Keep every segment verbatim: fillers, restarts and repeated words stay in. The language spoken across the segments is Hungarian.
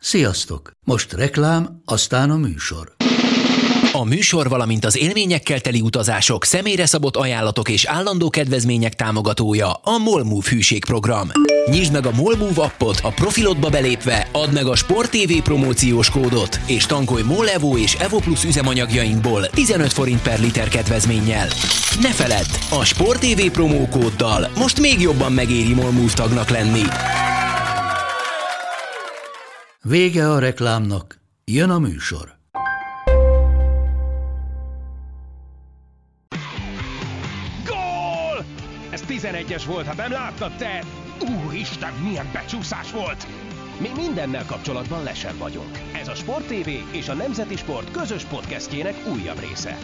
Sziasztok! Most reklám, aztán a műsor. A műsor, valamint az élményekkel teli utazások, személyre szabott ajánlatok és állandó kedvezmények támogatója a MOLMOVE hűségprogram. Nyisd meg a MOLMOVE appot, a profilodba belépve add meg a Sport té vé promóciós kódot, és tankolj MOL Evo és Evo Plus üzemanyagjainkból tizenöt forint per liter kedvezménnyel. Ne feledd, a Sport té vé promókóddal most még jobban megéri MOLMOVE tagnak lenni. Vége a reklámnak, jön a műsor. Gól! Ez tizenegyes volt, ha nem láttad te! Úristen, milyen becsúszás volt! Mi mindennel kapcsolatban lesen vagyunk. Ez a Sport té vé és a Nemzeti Sport közös podcastjének újabb része.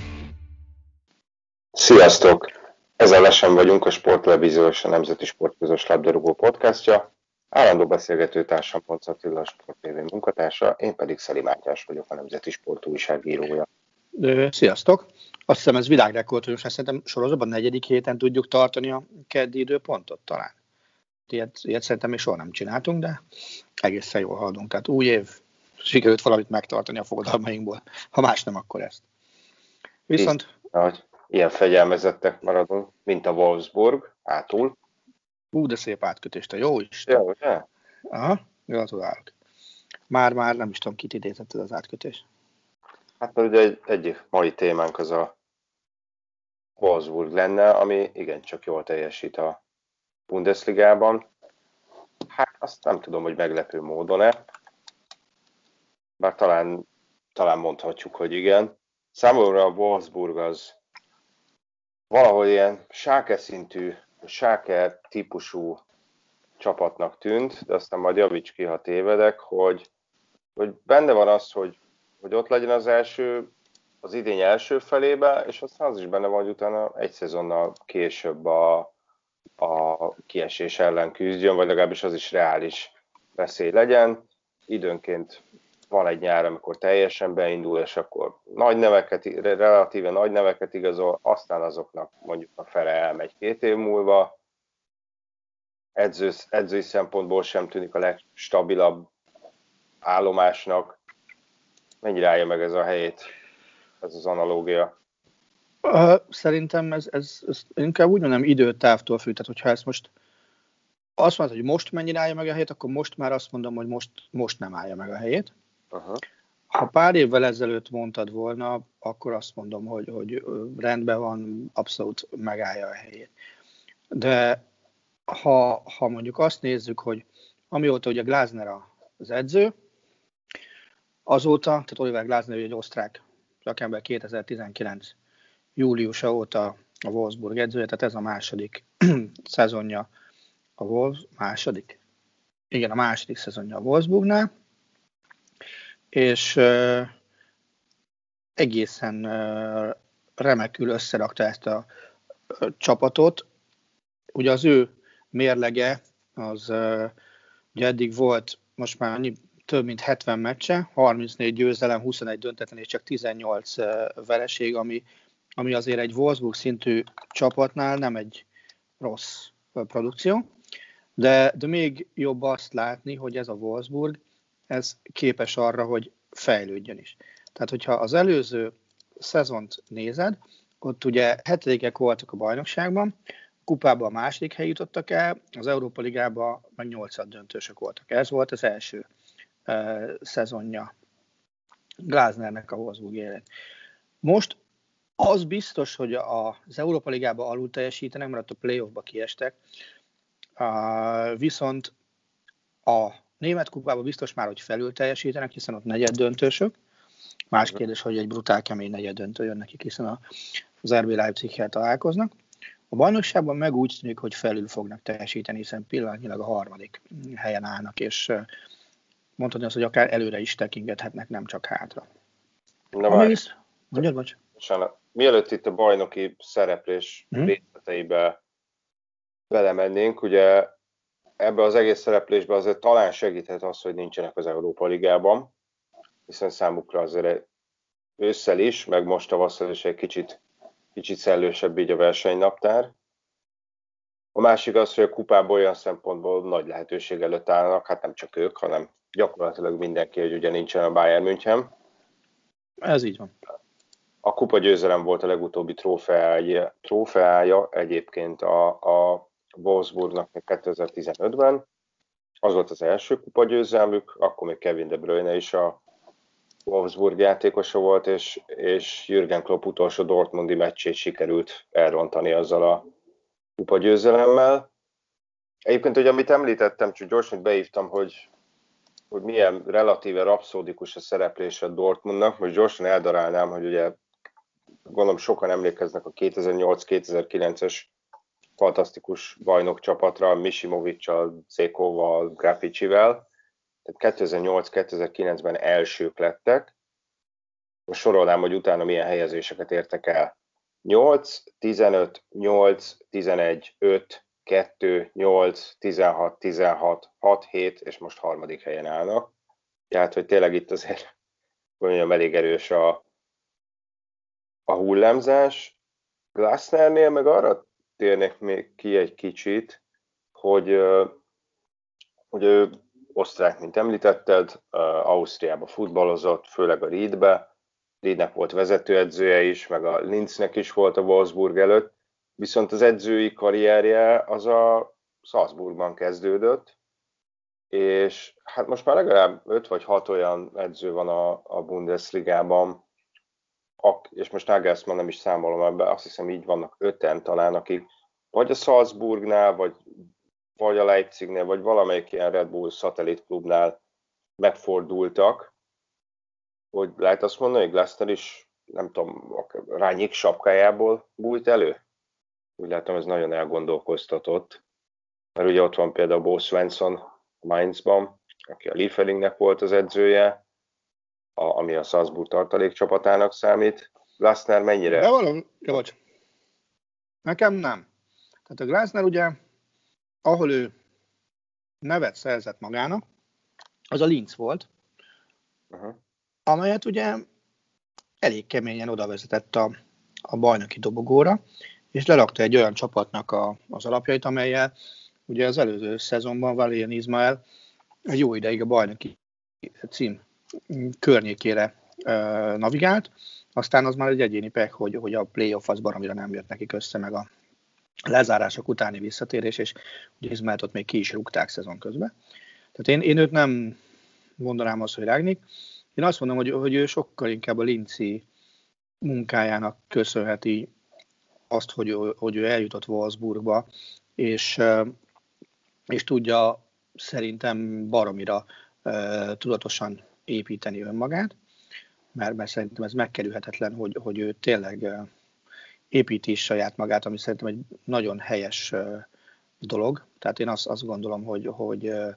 Sziasztok! Ez a Lesen vagyunk, a Sporttelevízió és a Nemzeti Sport közös labdarúgó podcastja. Állandó beszélgető társam Ponc Attila, a Sport té vé munkatársa, én pedig Szeli Mátyás vagyok, a Nemzeti Sport újságírója. Sziasztok! Azt hiszem ez világrekord, hogy most szerintem sorozatban negyedik héten tudjuk tartani a keddi időpontot talán. Ilyet, ilyet szerintem még soha nem csináltunk, de egészen jól haladunk. Tehát új év, sikerült valamit megtartani a fogadalmainkból. Ha más nem, akkor ezt. Viszont... Nagy, ilyen fegyelmezettek maradunk, mint a Wolfsburg, átul. Ú, de szép átkötést, a jó Isten. Jó, ugye? Aha, gratulálok. Már-már nem is tudom, kit idézett ez az átkötés. Hát mert ugye egy, egyik mai témánk az a Wolfsburg lenne, ami igencsak jól teljesít a Bundesligában. Hát azt nem tudom, hogy meglepő módon-e. Bár talán, talán mondhatjuk, hogy igen. Számomra a Wolfsburg az valahol ilyen Schalke szintű, Schalke típusú csapatnak tűnt, de aztán majd javíts ki, ha tévedek, hogy, hogy benne van az, hogy, hogy ott legyen az első, az idény első felébe, és aztán az is benne van, hogy utána egy szezonnal később a, a kiesés ellen küzdjön, vagy legalábbis az is reális veszély legyen. Időnként van egy nyár, amikor teljesen beindul, és akkor nagy neveket, relatíve nagy neveket igazol, aztán azoknak mondjuk a fele elmegy két év múlva. Edző, edzői szempontból sem tűnik a legstabilabb állomásnak. Mennyire állja meg ez a helyét, ez az analógia? Szerintem ez, ez, ez inkább úgy mondom időtávtól függ. Tehát, hogyha ezt most azt mondod, hogy most mennyire állja meg a helyét, akkor most már azt mondom, hogy most, most nem állja meg a helyét. Uh-huh. Ha pár évvel ezelőtt mondtad volna, akkor azt mondom, hogy, hogy rendben van, abszolút megállja a helyét. De ha, ha mondjuk azt nézzük, hogy amióta ugye Glasner az edző, azóta, tehát Oliver Glasner egy osztrák szakember kétezer-tizenkilenc júliusa óta a Wolfsburg edzője, tehát ez a második szezonja a Wolfs, második? Igen, a második szezonja a Wolfsburgnál, és uh, egészen uh, remekül összerakta ezt a uh, csapatot. Ugye az ő mérlege, az uh, ugye eddig volt most már annyi, több mint hetven meccse, harmincnégy győzelem, huszonegy döntetlen és csak tizennyolc uh, vereség, ami, ami azért egy Wolfsburg szintű csapatnál nem egy rossz uh, produkció. De, de még jobb azt látni, hogy ez a Wolfsburg, ez képes arra, hogy fejlődjön is. Tehát, hogyha az előző szezont nézed, ott ugye hetedikek voltak a bajnokságban, a kupában a második hely jutottak el, az Európa Ligában meg nyolcad döntősök voltak. Ez volt az első uh, szezonja Glasnernek a Wolfsburg élet. Most az biztos, hogy a, az Európa Ligában alul teljesítenek, mert a playoffba kiestek, Uh, viszont a német kupában biztos már, hogy felül teljesítenek, hiszen ott negyed döntősök. Más kérdés, hogy egy brutál kemény negyed döntő jön nekik, hiszen a, az er bé Leipziggel találkoznak. A bajnokságban meg úgy tűnik, hogy felül fognak teljesíteni, hiszen pillanatnyilag a harmadik helyen állnak, és uh, mondhatni azt, hogy akár előre is tekingethetnek, nem csak hátra. Na várj, mondjad, vagy? Mielőtt itt a bajnoki szereplés hmm? részleteibe belemennénk, ugye ebbe az egész szereplésbe azért talán segíthet az, hogy nincsenek az Európa Ligában, hiszen számukra azért ősszel is, meg most tavasszal is egy kicsit, kicsit szellősebb így a versenynaptár. A másik az, hogy a kupában olyan szempontból nagy lehetőség előtt állnak, hát nem csak ők, hanem gyakorlatilag mindenki, hogy ugye nincsen a Bayern München. Ez így van. A kupa győzelem volt a legutóbbi trófeája, trófeája egyébként a, a Wolfsburgnak még kétezer-tizenötben. Az volt az első kupa győzelmük, akkor még Kevin De Bruyne is a Wolfsburg játékosa volt, és, és Jürgen Klopp utolsó dortmundi meccsét sikerült elrontani azzal a kupa győzelemmel. Egyébként, hogy amit említettem, csak gyorsan beívtam, hogy, hogy milyen relatíve rapszódikus a szereplése a Dortmundnak. Most gyorsan eldarálnám, hogy ugye gondolom sokan emlékeznek a kétezer-nyolc-kétezer-kilences fantasztikus bajnok csapatra, Misimovic-sal, Zékóval, Graficsivel. Tehát kétezer-nyolc-kétezer-kilencben elsők lettek. Most sorolnám, hogy utána milyen helyezéseket értek el. nyolc, tizenöt, nyolc, tizenegy, öt, kettő, nyolc, tizenhat, tizenhat, hat, hét, és most harmadik helyen állnak. Tehát, hogy tényleg itt azért mondjam, elég erős a, a hullámzás. Glasnernél meg arra térnek még ki egy kicsit, hogy, hogy ő osztrák, mint említetted, Ausztriába futballozott, főleg a Riedbe. Riednek volt vezetőedzője is, meg a Linznek is volt a Wolfsburg előtt, viszont az edzői karrierje az a Salzburgban kezdődött, és hát most már legalább öt vagy hat olyan edző van a, a Bundesligában, ak, és most Nagelsmann nem is számolom ebbe, azt hiszem így vannak öten talán, akik vagy a Salzburgnál, vagy, vagy a Leipzignél, vagy valamelyik ilyen Red Bull szatellitklubnál megfordultak, hogy lehet azt mondani, hogy Glasner is, nem tudom, Rányik sapkájából bújt elő? Úgy látom, ez nagyon elgondolkoztatott. Mert ugye ott van például Bo Svensson Mainzban, aki a Lieferingnek volt az edzője, a, ami a Salzburg tartalék csapatának számít. Glasner mennyire? De valami, ja, bocs. Nekem nem. Tehát a Glasner ugye, ahol ő nevet szerzett magának, az a Linz volt, uh-huh. amelyet ugye elég keményen oda vezetett a, a bajnoki dobogóra, és lerakta egy olyan csapatnak a, az alapjait, amellyel ugye az előző szezonban Valérien Izmael egy jó ideig a bajnoki cím környékére e, navigált, aztán az már egy egyéni pek, hogy, hogy a playoff az baromira nem jött nekik össze, meg a lezárások utáni visszatérés, és ugye Izmaelt ott még ki is rúgták szezon közben. Tehát én, én őt nem mondanám azt, hogy Rangnick. Én azt mondom, hogy, hogy ő sokkal inkább a linci munkájának köszönheti azt, hogy, hogy ő eljutott Wolfsburgba, és, és tudja szerintem baromira uh, tudatosan építeni önmagát, mert, mert szerintem ez megkerülhetetlen, hogy, hogy ő tényleg uh, építi saját magát, ami szerintem egy nagyon helyes uh, dolog. Tehát én azt, azt gondolom, hogy, hogy uh,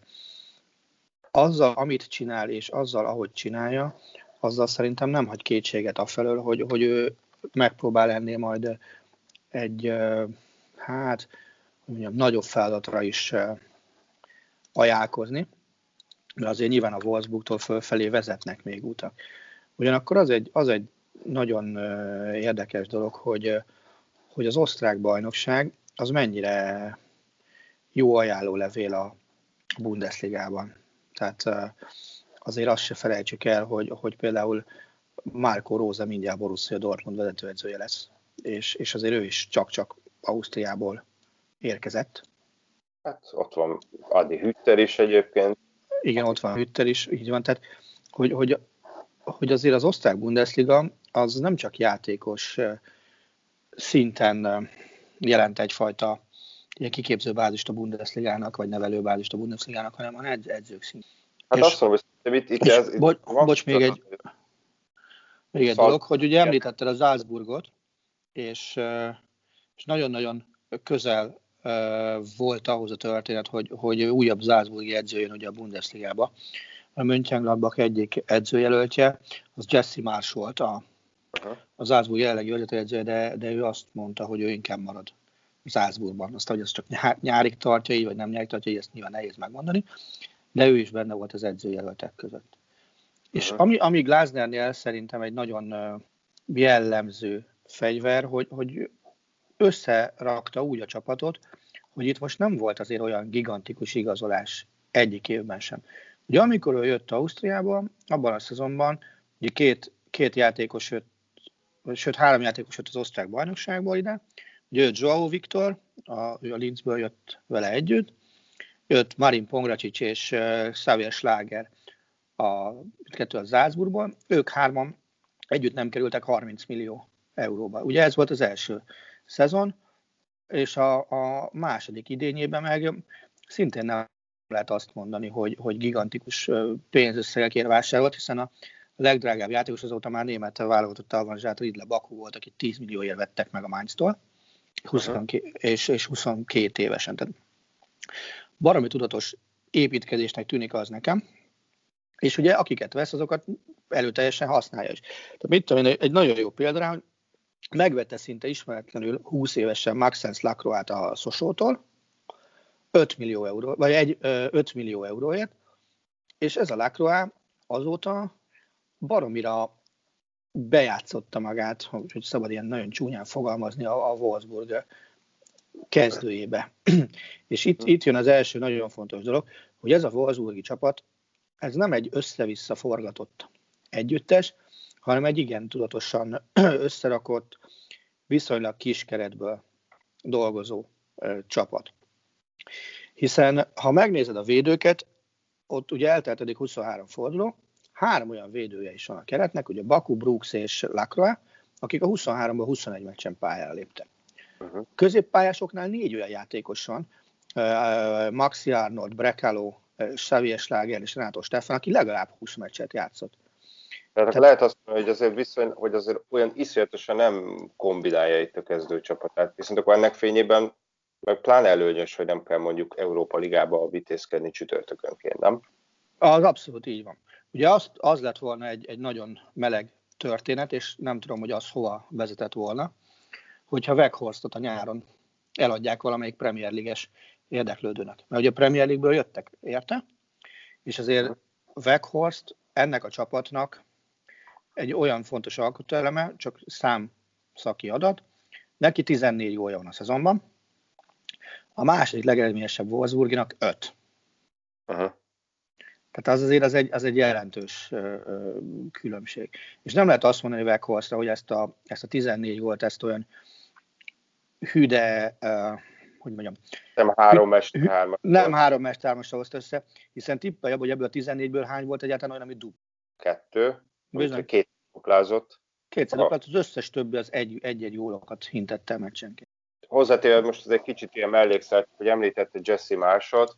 azzal, amit csinál, és azzal, ahogy csinálja, azzal szerintem nem hagy kétséget afelől, hogy, hogy ő megpróbál ennél majd egy, uh, hát, mondjam, nagyobb feladatra is uh, ajánlkozni, de azért nyilván a Wolfsburgtól fölfelé vezetnek még utak. Ugyanakkor az egy, az egy nagyon uh, érdekes dolog, hogy, uh, hogy az osztrák bajnokság az mennyire jó ajánlólevél a Bundesligában. Tehát uh, azért azt se felejtsük el, hogy, hogy például Marco Rose mindjárt Borussia Dortmund vezetőedzője lesz, és, és azért ő is csak-csak Ausztriából érkezett. Hát ott van Adi Hütter is egyébként. Igen, ott van Hütter is, így van. Tehát, hogy, hogy, hogy azért az osztrák Bundesliga az nem csak játékos szinten jelent egyfajta ilyen kiképző bázist a Bundesligának, vagy nevelő bázist a Bundesligának, hanem a edzők szint. Hát és, azt mondom, hogy itt, itt, ez, itt bocs, bocs, még egy, még egy dolog, hogy ugye említetted a Salzburgot, és, és nagyon-nagyon közel volt ahhoz a történet, hogy, hogy újabb Salzburgi edző jön ugye a Bundesligába. A Mönchengladbach egyik edzőjelöltje, az Jesse Marsch volt a, a Salzburg jelenlegi vezetőedzője, de, de ő azt mondta, hogy ő inkább marad Salzburgban. Aztán, hogy ez csak nyárig tartja így, vagy nem nyárig tartja így, ezt nyilván nehéz megmondani, de ő is benne volt az edzőjelöltek között. Uh-huh. És ami, ami Glasnernél szerintem egy nagyon jellemző fegyver, hogy, hogy összerakta úgy a csapatot, hogy itt most nem volt azért olyan gigantikus igazolás egyik évben sem. Ugye amikor ő jött Ausztriába, abban a szezonban ugye két, két játékos jött, sőt három játékos jött az osztrák bajnokságból ide. Ugye jött Joao Viktor, a, ő a Linzből jött vele együtt, jött Marin Pongracsics és uh, Xavier Schlager a kettő a Salzburgból. Ők hárman együtt nem kerültek harminc millió euróba. Ugye ez volt az első szezon, és a, a második idényében meg szintén nem lehet azt mondani, hogy, hogy gigantikus pénzösszegekért vásárolt, hiszen a legdrágább játékos azóta már német válogatott avanzsát, Ridle Baku volt, akit tíz millióért vettek meg a Mainztól, huszonkettő, és, és huszonkét évesen. Tehát baromi tudatos építkezésnek tűnik az nekem, és ugye akiket vesz, azokat előteljesen használja is. Tehát mit tudom én, egy nagyon jó példa, hogy megvette szinte ismeretlenül húsz évesen Maxence Lacroix-t a Sochaux-tól, öt millió euró, vagy egy, öt millió euróért, és ez a Lacroix azóta baromira bejátszotta magát, hogy szabad ilyen nagyon csúnyán fogalmazni, a, a Wolfsburg kezdőjébe. És itt, itt jön az első nagyon fontos dolog, hogy ez a Wolfsburgi csapat, ez nem egy össze-vissza forgatott együttes, hanem egy igen tudatosan összerakott, viszonylag kis keretből dolgozó ö, csapat. Hiszen, ha megnézed a védőket, ott ugye eltelt eddig huszonhárom forduló, három olyan védője is van a keretnek, ugye Baku, Brooks és Lacroix, akik a huszonháromból huszonegy meccsen pályára léptek. Uh-huh. Középpályásoknál négy olyan játékos van, uh, Maxi Arnold, Brekalo, Xavier Schlager és Renato Stefan, aki legalább húsz meccset játszott. Tehát, Tehát lehet azt mondani, hogy azért, viszony, hogy azért olyan iszonyatosan nem kombinálja itt a kezdőcsapatát, viszont akkor ennek fényében meg pláne előnyös, hogy nem kell mondjuk Európa Ligába vitézkedni csütörtökönként, nem? Az abszolút így van. Ugye az, az lett volna egy, egy nagyon meleg történet, és nem tudom, hogy az hova vezetett volna, hogyha Weghorstot a nyáron eladják valamelyik Premier League-es érdeklődőnek. Mert ugye a Premier League-ből jöttek, érte? És azért Weghorst ennek a csapatnak egy olyan fontos alkotóeleme, csak számszaki adat, neki tizennégy gólja van a szezonban, a második legeredményesebb Wolfsburginak öt. Uh-huh. Tehát az azért az egy, az egy jelentős ö, ö, különbség. És nem lehet azt mondani Weghorstra, hogy ezt a, ezt a tizennégy gólt, ezt olyan hüde, ö, hogy mondjam. Nem három mester hármas. Nem három mester hármasra hozta össze, hiszen tippelj, hogy ebből a tizennégyből hány volt egyáltalán olyan, ami dupl. Kettő. Bizony. Két duplázott. Kétszer duplázott, az összes többi az egy, egy-egy gólokat hintette meccsenként. Hozzátéve most ez egy kicsit ilyen mellékszert, hogy említette Jesse Marshall-t,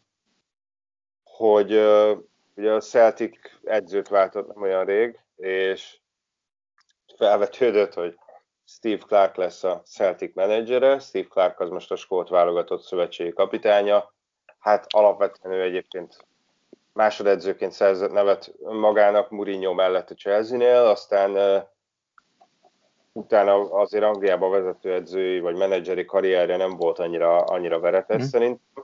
hogy uh, ugye a Celtic edzőt váltott nem olyan rég, és felvetődött, hogy Steve Clark lesz a Celtic menedzsere. Steve Clark az most a skót válogatott szövetségi kapitánya. Hát alapvetően ő egyébként másodedzőként szerzett nevet magának Mourinho mellett a Chelsea-nél, aztán uh, utána azért Angliában vezetőedzői vagy menedzseri karrierje nem volt annyira, annyira veretes mm. szerintem.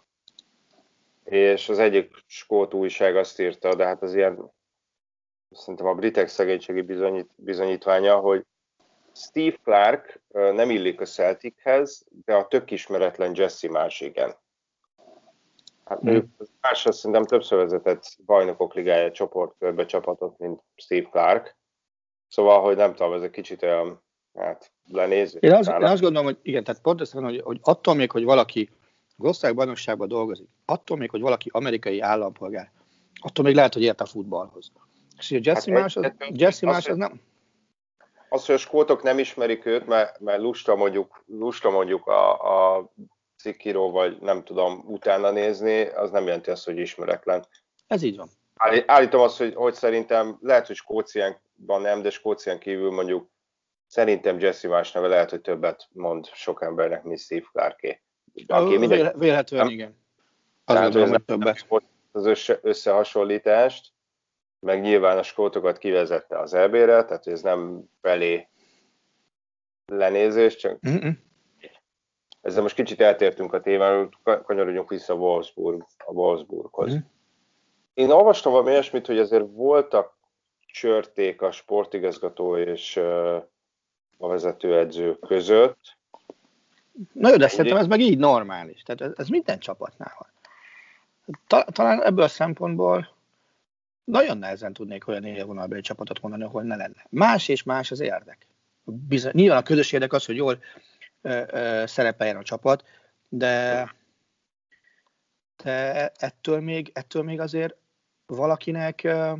És az egyik skót újság azt írta, de hát az ilyen, szerintem a britek szegénységi bizonyít, bizonyítványa, hogy Steve Clark nem illik a Celtichez, de a tök ismeretlen Jesse Marsh igen. Hát mm. Marsh azt szerintem többször vezetett bajnokok ligája csoportkörbe csapatot, mint Steve Clark. Szóval, hogy nem tudom, ez egy kicsit olyan hát, lenéző. Én azt, én azt gondolom, hogy igen, tehát pont ezt mondom, hogy, hogy attól még, hogy valaki az osztálybajnokságban dolgozik, attól még, hogy valaki amerikai állampolgár, attól még lehet, hogy ért a futballhoz. És a Jesse Marsh az, Jesse Marsh az nem... Az, hogy a skótok nem ismerik őt, mert, mert lusta mondjuk, lusta mondjuk a, a cikkíró, vagy nem tudom utána nézni, az nem jelenti azt, hogy ismeretlen. Ez így van. Állítom azt, hogy, hogy szerintem lehet, hogy Skóciánban nem, de Skócián kívül mondjuk szerintem Jesse Marsh-nál lehet, hogy többet mond sok embernek, mint Steve Clarké. Vélhetően igen. Az nem többet. Az össze, összehasonlítást, meg nyilván a skótokat kivezette az é bé-re, tehát ez nem felé lenézés, csak Mm-mm. ezzel most kicsit eltértünk a témáról, kanyarodjunk vissza a Wolfsburg, a Wolfsburghoz. Mm. Én olvastam valami ilyesmit, hogy azért voltak csörték a sportigazgató és a vezetőedző között. Na jó, de szerintem ez meg így normális. Tehát ez, ez minden csapatnál van. Talán ebből a szempontból Nagyon nehezen tudnék olyan élvonalbeli csapatot mondani, ahol ne lenne. Más és más az érdek. Bizony, nyilván a közös érdek az, hogy jól ö, ö, szerepeljen a csapat, de, de ettől, még, ettől még azért valakinek ö,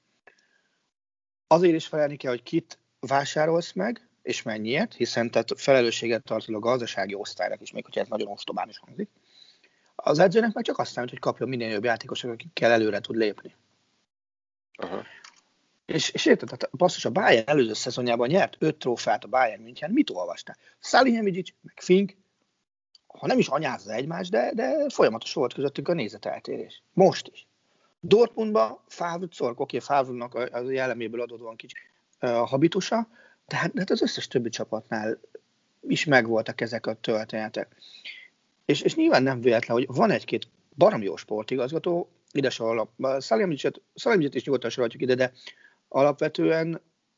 azért is felelni kell, hogy kit vásárolsz meg, és mennyiért, hiszen tehát felelősséget tartol a gazdasági osztálynak is, még hogyha ez nagyon ostobán is hangzik. Az edzőnek meg csak azt számít, hogy kapjon minél jobb játékosok, akikkel előre tud lépni. Uh-huh. És, és érted, tehát basszus, a Bayern előző szezonjában nyert öt trófeát a Bayern München, mit olvastál? Salihamidzic, meg Fink, ha nem is anyázza egymást, de, de folyamatos volt közöttük a nézeteltérés. Most is. Dortmundban Favre szork, oké, Favre-nak az jelleméből adódóan kicsi a habitusa, de hát, de hát az összes többi csapatnál is megvoltak ezek a történetek. És, és nyilván nem véletlen, hogy van egy-két baromi jó sportigazgató, ide sorol, Salihamidzicet is nyugodtan sorolhatjuk ide, de alapvetően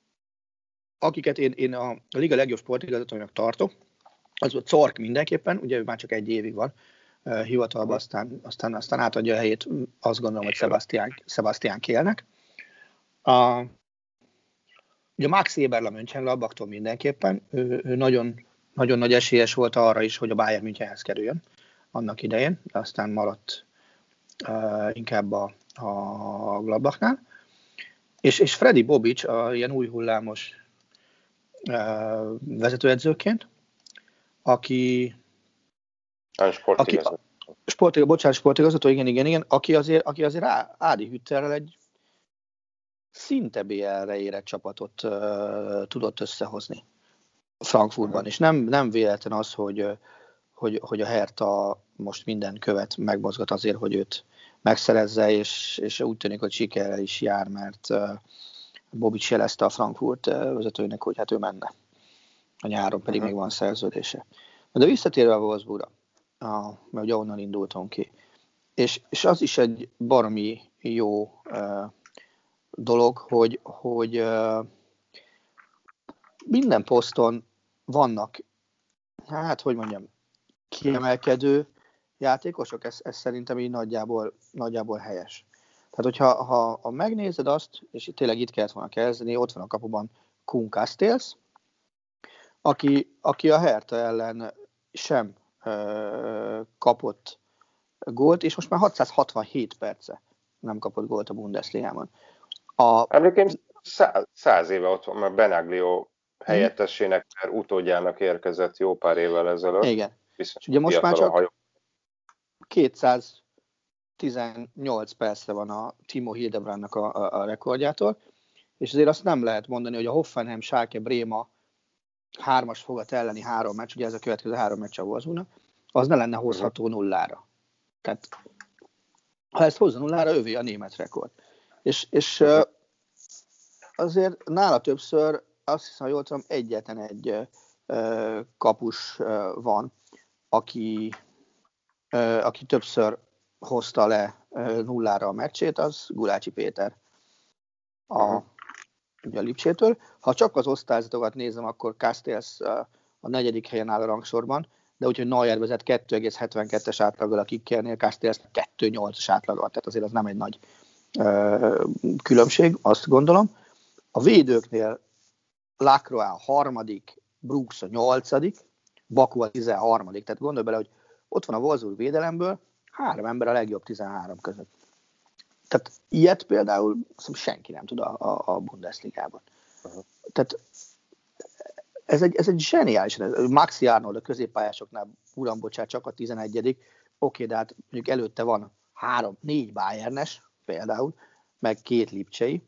akiket én, én a, a liga legjobb sportigazgatóinak tartok, az volt Zorc mindenképpen, ugye ő már csak egy évig van uh, hivatalban, aztán, aztán, aztán átadja a helyét, azt gondolom, hogy Sebastian, Sebastian Kehlnek. Uh, ugye Max Eberl a Mönchengladbachtól mindenképpen, ő, ő nagyon, nagyon nagy esélyes volt arra is, hogy a Bayern Münchenhez kerüljön annak idején, de aztán maradt uh, inkább a, a Gladbachnál. És, és Freddy Bobic, a ilyen új hullámos uh, vezetőedzőként, aki... Sportigazgató. Sportigazgató, bocsánat, sportigazgató, igen, igen, igen, aki azért, aki azért Ádi Hütterrel egy szinte bé el-re érett csapatot uh, tudott összehozni Frankfurtban. Uh-huh. És nem, nem véletlen az, hogy, hogy, hogy a Hertha most minden követ megmozgat azért, hogy őt megszerezze, és, és úgy tűnik, hogy sikerrel is jár, mert uh, Bobic jelezte a Frankfurt uh, vezetőinek, hogy hát ő menne. A nyáron pedig uh-huh. még van szerződése. De visszatérve a Wolfsburgra, uh, mert ugye onnan indultunk ki, és, és az is egy baromi jó uh, dolog, hogy, hogy uh, minden poszton vannak, hát hogy mondjam, kiemelkedő játékosok, ez, ez szerintem így nagyjából, nagyjából helyes. Tehát, hogyha ha, ha megnézed azt, és tényleg itt kellett volna kezdeni, ott van a kapuban Kuhn Castells, aki, aki a Hertha ellen sem ö, kapott gólt, és most már hatszázhatvanhét perce nem kapott gólt a Bundesligában. A... Emlékeim száz, száz éve ott van, mert Benaglio helyettesének, hmm. utódjának érkezett jó pár évvel ezelőtt. Igen. Ugye most már csak hajó. kétszáztizennyolc percre van a Timo Hildebrandnak a, a, a rekordjától, és azért azt nem lehet mondani, hogy a Hoffenheim, Schalke, Bréma hármas fogat elleni három meccs, ugye ez a következő három meccs a Wolfsburgnak, az ne lenne hozható nullára. Tehát ha ezt hozza nullára, övé a német rekord. És, és azért nála többször, azt hiszem, jól tudom, egyetlen egy kapus van, aki, aki többször hozta le nullára a meccsét, az Gulácsi Péter a, ugye a Lipcsétől. Ha csak az osztályzatokat nézem, akkor Castells a negyedik helyen áll a rangsorban, de úgyhogy Neuer vezet kettő egész hetvenkettes átlaggal a kickernél, Castells kettő egész nyolcas átlaggal, tehát azért az nem egy nagy ö, különbség, azt gondolom. A védőknél Lacroix a harmadik, Brooks a nyolcadik, Baku a tizenharmadik, tehát gondolj bele, hogy ott van a Wolfsburg védelemből három ember a legjobb tizenhárom között. Tehát ilyet például senki nem tud a, a, a Bundesligában. Uh-huh. Tehát ez egy, ez egy zseniális. Maxi Arnold a középpályásoknál, uram, bocsánat, csak a tizenegyedik Oké, de hát mondjuk előtte van három, négy Bayernes például, meg két Lipcsei,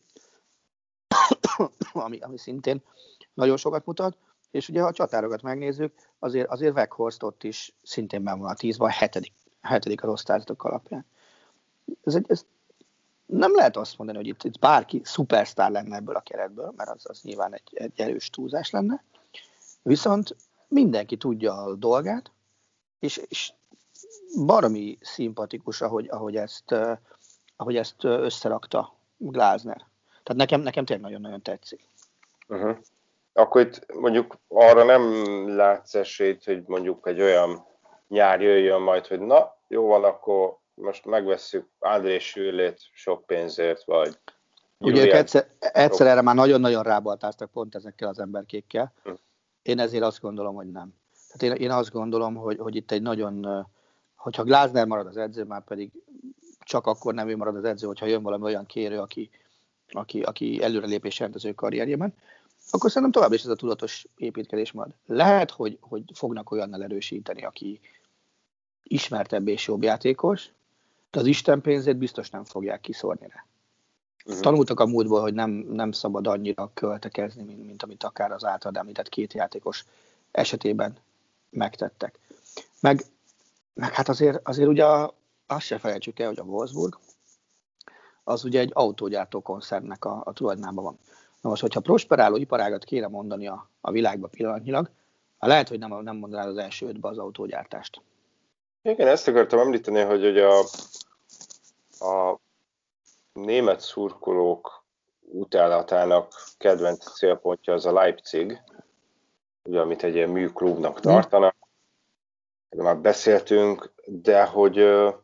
ami, ami szintén nagyon sokat mutat, és ugye ha a csatárokat megnézzük, azért, azért Weghorst ott is szintén benn van a tízben, a hetedik, a hetedik a osztályzatok alapján. Ez egy, ez nem lehet azt mondani, hogy itt, itt bárki szupersztár lenne ebből a keretből, mert az, az nyilván egy, egy erős túlzás lenne, viszont mindenki tudja a dolgát, és, és baromi szimpatikus, ahogy, ahogy, ezt, ahogy ezt összerakta Glasner. Tehát nekem, nekem tényleg nagyon-nagyon tetszik. Uh-huh. Akkor itt mondjuk arra nem látsz esélyt, hogy mondjuk egy olyan nyár jöjjön majd, hogy na, jó van, akkor most megvesszük André Sürlét sok pénzért, vagy ugye ők egyszer, egyszer erre már nagyon-nagyon rábaltáztak pont ezekkel az emberkékkel. Hm. Én ezért azt gondolom, hogy nem. Tehát én, én azt gondolom, hogy, hogy itt egy nagyon, hogyha Glasner marad az edző, már pedig csak akkor nem ő marad az edző, hogyha jön valami olyan kérő, aki, aki, aki előrelépés jelent az ő karrierjében, akkor szerintem tovább is ez a tudatos építkezés marad. Lehet, hogy, hogy fognak olyannal erősíteni, aki ismertebb és jobb játékos, de az Isten pénzét biztos nem fogják kiszórni rá. Uh-huh. Tanultak a múltból, hogy nem, nem szabad annyira költekezni, mint, mint amit akár az általad említett két játékos esetében megtettek. Meg, meg hát azért, azért ugye azt se felejtsük el, hogy a Wolfsburg az ugye egy autógyártó koncernnek a, a tulajdonában van. Na most, hogyha prosperáló iparágat kéne mondani a, a világban pillanatnyilag, lehet, hogy nem, nem mondanád az első ötbe az autógyártást. Igen, ezt akartam említeni, hogy ugye a, a német szurkolók utálatának kedvenc célpontja az a Leipzig, ugye, amit egy ilyen műklubnak tartanak. Mm. Már beszéltünk, de hogy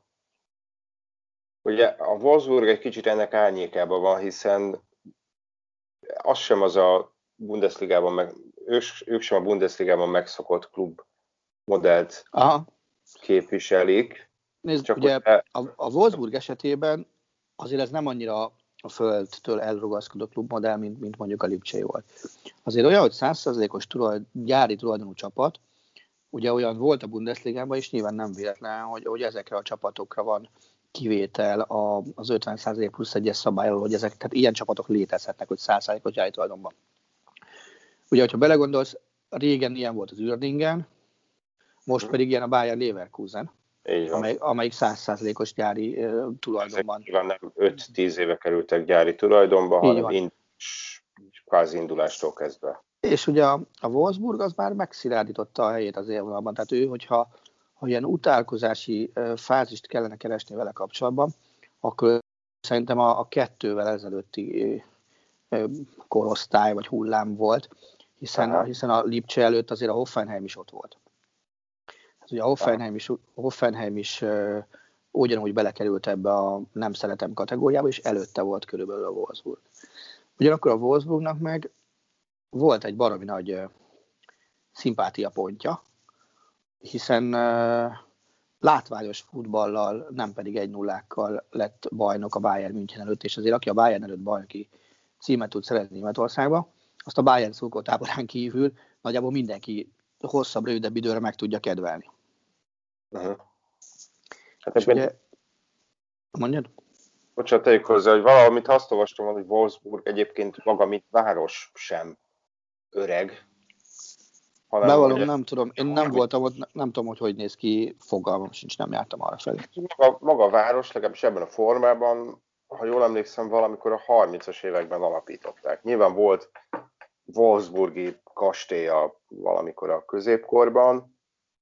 ugye a Wolfsburg egy kicsit ennek árnyékában van, hiszen az sem az a Bundesligában, meg, ők, ők sem a Bundesligában megszokott klub modellt Aha. képviselik. Nézd, csak ugye el... a, a Wolfsburg esetében azért ez nem annyira a földtől elrugaszkodó klubmodell, mint, mint mondjuk a Lipcsé volt. Azért olyan, hogy száz százalékos tulajdon, gyári tulajdonú csapat, ugye olyan volt a Bundesligában, és nyilván nem véletlen, hogy, hogy ezekre a csapatokra van kivétel a, az ötven százalék plusz egyes szabályról, hogy ezek, tehát ilyen csapatok létezhetnek, hogy száz százalékos gyári tulajdonban. Ugye, hogyha belegondolsz, régen ilyen volt az Uerdingen, most pedig ilyen a Bayer Leverkusen, amely, amelyik száz százalékos gyári uh, tulajdonban. Ezek nem öt-tíz éve kerültek gyári tulajdonba, így hanem indulás, kvázi indulástól kezdve. És ugye a, a Wolfsburg az már megszilárdította a helyét az élvonalban. Tehát ő, hogyha ha ilyen utálkozási uh, fázist kellene keresni vele kapcsolatban, akkor szerintem a, a kettővel ezelőtti uh, korosztály vagy hullám volt, hiszen, hiszen a Lipcse előtt azért a Hoffenheim is ott volt. Hát ugye a Hoffenheim is, Hoffenheim is uh, ugyanúgy belekerült ebbe a nem szeretem kategóriába, és előtte volt körülbelül a Wolfsburg. Ugyanakkor a Wolfsburgnak meg volt egy baromi nagy uh, szimpátia pontja, hiszen uh, látványos futballal, nem pedig egy nullákkal lett bajnok a Bayern München előtt, és azért aki a Bayern előtt bajnoki címet tud szerezni Németországba, azt a Bayern szurkolótáborán kívül nagyjából mindenki hosszabb, rövidebb időre meg tudja kedvelni. Uh-huh. Hát és ugye... Mondjad? Bocsánat, tegyük hozzá, hogy valamit azt olvastam, hogy Wolfsburg egyébként maga, mint város sem öreg. Bevallom, nem tudom, én nem voltam ott, nem tudom, hogy hogy néz ki, fogalmam sincs, nem jártam arra felé. Maga, maga a város, legalábbis ebben a formában, ha jól emlékszem, valamikor a harmincas években alapították. Nyilván volt Wolfsburgi kastélya valamikor a középkorban,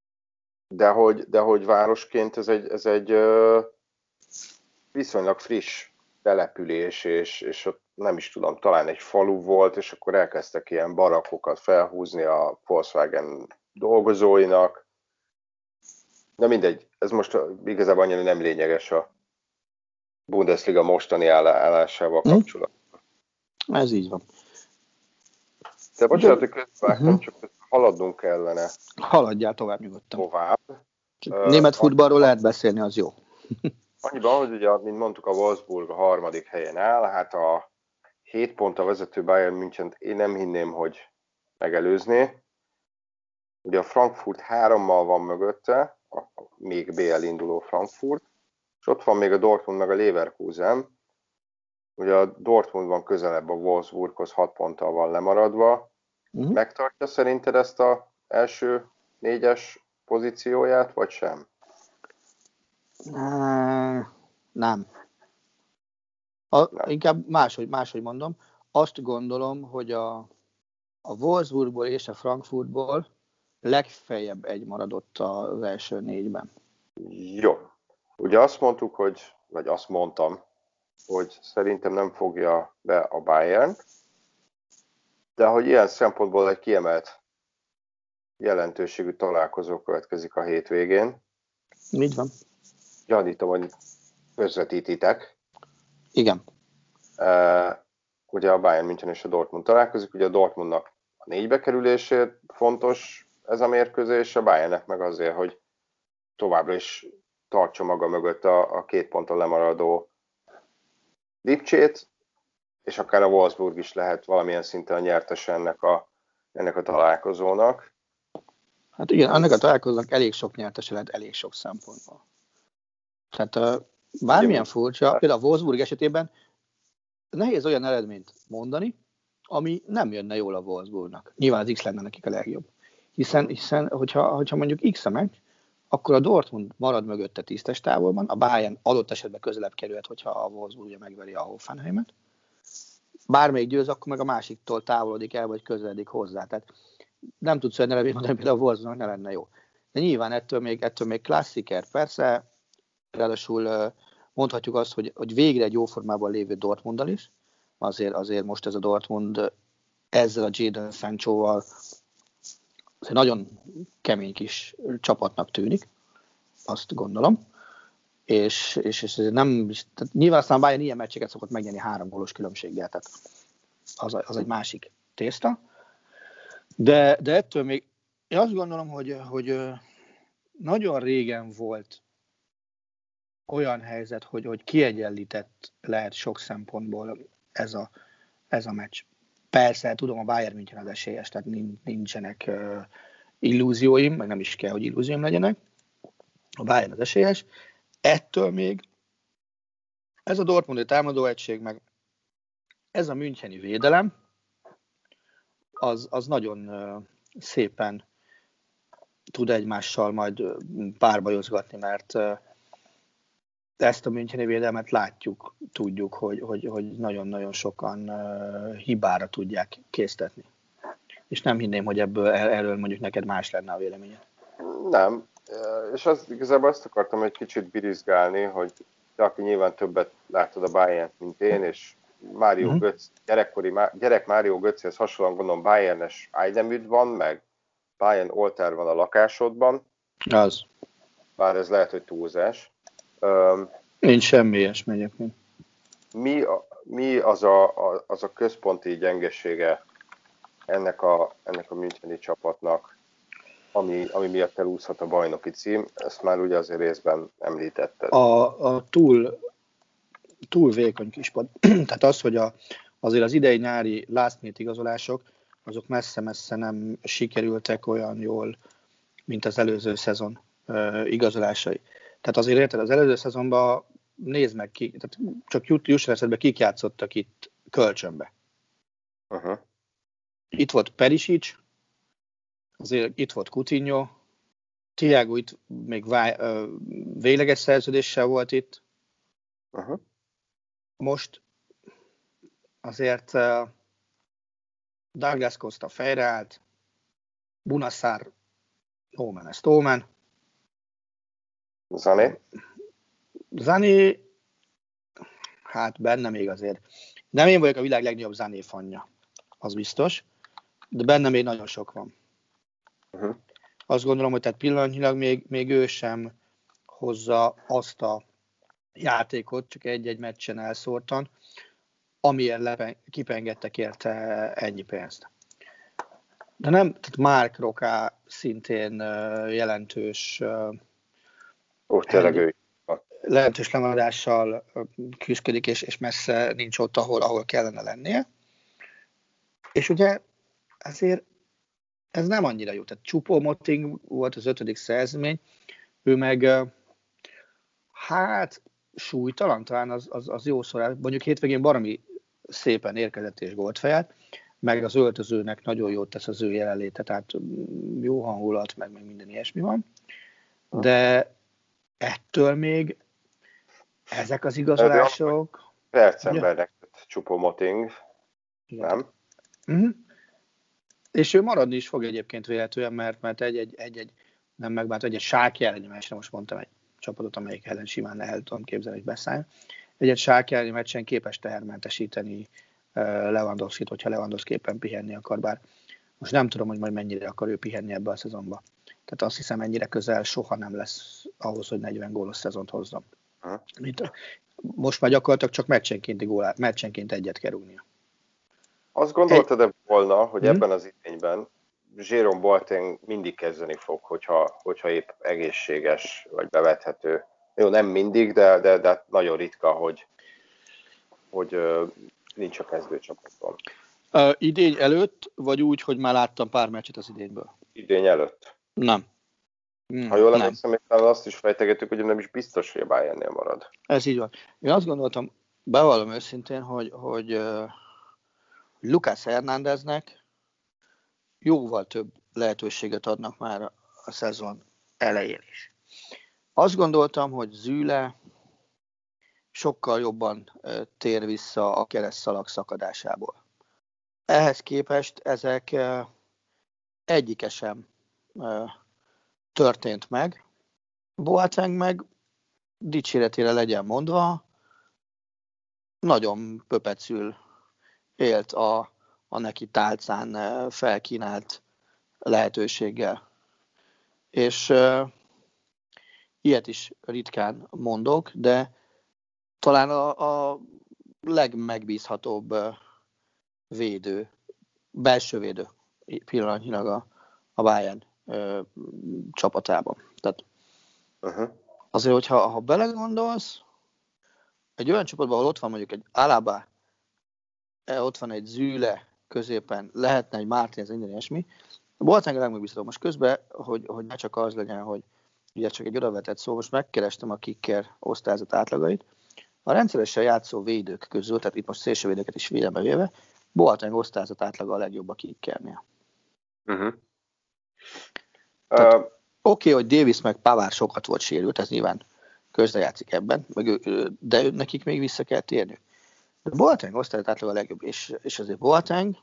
de hogy, de hogy városként ez egy, ez egy uh, viszonylag friss település, és, és ott nem is tudom, talán egy falu volt, és akkor elkezdtek ilyen barakkokat felhúzni a Volkswagen dolgozóinak. De mindegy, ez most igazából annyira nem lényeges a Bundesliga mostani állásával kapcsolatban. Hm? Ez így van. De bocsánat, hogy közbevágtam, uh-huh. csak haladnunk kellene. Haladjál tovább nyugodtan. Tovább. Uh, Német futballról lehet beszélni, az jó. Annyiban, hogy ugye, mint mondtuk, a Wolfsburg a harmadik helyen áll, hát a hét ponttal vezető Bayern Münchent én nem hinném, hogy megelőzné. Ugye a Frankfurt hárommal van mögötte, a még bé el induló Frankfurt, és ott van még a Dortmund meg a Leverkusen. Ugye a Dortmund van közelebb a Wolfsburghoz, hat ponttal van lemaradva. Uh-huh. Megtartja szerinted ezt az első négyes pozícióját, vagy sem? Uh, nem. A, nem. Inkább máshogy, máshogy mondom. Azt gondolom, hogy a, a Wolfsburgból és a Frankfurtból legfeljebb egy maradott az első négyben. Jó. Ugye azt mondtuk, hogy, vagy azt mondtam, hogy szerintem nem fogja be a Bayern, de hogy ilyen szempontból egy kiemelt jelentőségű találkozó következik a hétvégén. Így van. gyanítom, hogy közvetítitek. Igen. Uh, ugye a Bayern München és a Dortmund találkozik, ugye a Dortmundnak a négybe kerülésért fontos ez a mérkőzés, a Bayernnek meg azért, hogy továbbra is tartsa maga mögött a, a két ponton lemaradó Lipcsét, és akár a Wolfsburg is lehet valamilyen szinten a nyertes ennek a, ennek a találkozónak. Hát igen, ennek a találkozónak elég sok nyertese lehet, elég sok szempontból. Tehát uh, bármilyen furcsa, például a Wolfsburg esetében nehéz olyan eredményt mondani, ami nem jönne jól a Wolfsburgnak. Nyilván az X lenne nekik a legjobb. Hiszen, hiszen hogyha, hogyha mondjuk X a meccs, akkor a Dortmund marad mögötte tisztes távolban, a Bayern adott esetben közelebb kerülhet, hogyha a Wolfsburg ugye megveri a Hoffenheimet. Bármelyik győz, akkor meg a másiktól távolodik el, vagy közeledik hozzá. Tehát nem tudsz olyan eredményt mondani, például a Wolfsburgnak ne lenne jó. De nyilván ettől még, ettől még klassziker, persze, ráadásul mondhatjuk azt, hogy, hogy végre egy jó formában lévő Dortmunddal is. Azért, azért most ez a Dortmund ezzel a Jadon Sanchoval azért nagyon kemény kis csapatnak tűnik, azt gondolom. És, és, és nem, tehát nyilván aztán Bayern ilyen meccseket szokott megnyerni három gólos különbséggel, tehát az, az egy másik tészta. De, de ettől még én azt gondolom, hogy, hogy nagyon régen volt olyan helyzet, hogy, hogy kiegyenlített lehet sok szempontból ez a, ez a meccs. Persze, tudom, a Bayern München az esélyes, tehát nincsenek uh, illúzióim, meg nem is kell, hogy illúzióim legyenek. A Bayern az esélyes. Ettől még ez a Dortmundi támadóegység, meg ez a müncheni védelem, az, az nagyon uh, szépen tud egymással majd párbajozgatni, mert uh, ezt a müncheni védelmet látjuk, tudjuk, hogy, hogy, hogy nagyon-nagyon sokan uh, hibára tudják késztetni. És nem hinném, hogy ebből erről mondjuk neked más lenne a véleményed. Nem, és az, igazából azt akartam egy kicsit birizgálni, hogy te, aki nyilván többet látod a Bayernt, mint én, és Mário uh-huh. Götz, gyerekkori, gyerek Mário Götzéhez hasonlóan gondolom Bayernes ágyneműd van, meg Bayern oltár van a lakásodban. Az. Bár ez lehet, hogy túlzás. Um, Nincs semmi ilyesmi egyébként. Mi, a, mi az, a, a, az a központi gyengesége ennek a, ennek a müncheni csapatnak, ami, ami miatt elúszhat a bajnoki cím? Ezt már ugye azért részben említetted. A, a túl, túl vékony kispad. Tehát az, hogy a, azért az idei nyári last minute igazolások, azok messze-messze nem sikerültek olyan jól, mint az előző szezon uh, igazolásai. Tehát azért érted, az előző szezonban nézd meg ki, tehát csak juss esetben kik játszottak itt kölcsönbe. Uh-huh. Itt volt Perisic, azért itt volt Coutinho, Thiago itt még vá- ö, végleges szerződéssel volt itt. Uh-huh. Most azért uh, Douglas Costa fejreállt, Bunassar, Omen, ezt Omen. Zani? Zani, hát benne még azért. Nem én vagyok a világ legnagyobb Zani fanja, az biztos, de benne még nagyon sok van. Uh-huh. Azt gondolom, hogy tehát pillanatnyilag még, még ő sem hozza azt a játékot, csak egy-egy meccsen elszórtan, amiért lepen, kipengettek érte ennyi pénzt. De nem, tehát Mark Roca szintén uh, jelentős uh, Ó, tényleg ő. jelentős lemaradással küzdik, és, és messze nincs ott, ahol, ahol kellene lennie. És ugye azért ez nem annyira jó. Tehát Choupo-Moting volt az ötödik szerzmény, ő meg hát súlytalan, talán az, az, az jó szó. Mondjuk hétvégén baromi szépen érkezett és gólt fejelt, meg az öltözőnek nagyon jót tesz az ő jelenléte, tehát jó hangulat, meg, meg minden ilyesmi van. De ettől még ezek az igazolások... Percembernek Choupo-Moting, nem? Uh-huh. És ő maradni is fog egyébként véletlenül, mert, mert egy-egy, egy-egy nem megbánt, egy-egy Schalke elleni meccsre, most mondtam egy csapatot, amelyik ellen simán el tudom képzelni, hogy beszálljon. Egy-egy Schalke elleni meccsen képes tehermentesíteni uh, Lewandowskit, hogyha Lewandowski éppen pihenni akar, bár most nem tudom, hogy majd mennyire akar ő pihenni ebbe a szezonba. Tehát azt hiszem, ennyire közel soha nem lesz ahhoz, hogy negyven gólos szezont hozzam. Itt, most már gyakorlatilag csak meccsenkénti gólát, meccsenként egyet kell rúgnia. Azt gondoltad-e volna, hogy hmm? ebben az idényben Jérome Boateng mindig kezdeni fog, hogyha, hogyha épp egészséges vagy bevethető? Jó, nem mindig, de, de, de nagyon ritka, hogy, hogy uh, nincs a kezdőcsapatban. Uh, idény előtt, vagy úgy, hogy már láttam pár meccset az idényből? Idény előtt. Nem. Hmm, ha jól emlékszem, azt is fejtegettük, hogy nem is biztos, hogy a Bayernnél marad. Ez így van. Én azt gondoltam, bevallom őszintén, hogy, hogy uh, Lucas Hernándeznek jóval több lehetőséget adnak már a, a szezon elején is. Azt gondoltam, hogy Züle sokkal jobban uh, tér vissza a keresztszalag szakadásából. Ehhez képest ezek uh, egyike sem uh, történt meg. Boateng meg dicséretére legyen mondva, nagyon pöpecül élt a, a neki tálcán felkínált lehetőséggel. És uh, ilyet is ritkán mondok, de talán a, a legmegbízhatóbb uh, védő, belső védő pillanatnyilag a, a Bayern uh, csapatában. Tehát uh-huh. azért, hogyha ha belegondolsz, egy olyan csapatban, ahol ott van mondjuk egy Alaba, ott van egy Züle középen, lehetne egy Martínez, minden ilyesmi. Boateng a legmegbízhatóbb. Most közben, hogy, hogy ne csak az legyen, hogy ugye csak egy odavetett szó, most megkerestem a kicker osztályzat átlagait. A rendszeresen játszó védők közül, tehát itt most szélsővédőket is figyelembe véve, Boateng osztályzat átlaga a legjobb a kickernél. Uh-huh. Tehát, uh, Oké, okay, hogy Davis meg Pavard sokat volt sérült, ez nyilván közrejátszik ebben, meg ő, de nekik még vissza kell térni. De Boateng osztályzat átlaga a legjobb, és, és azért Boateng,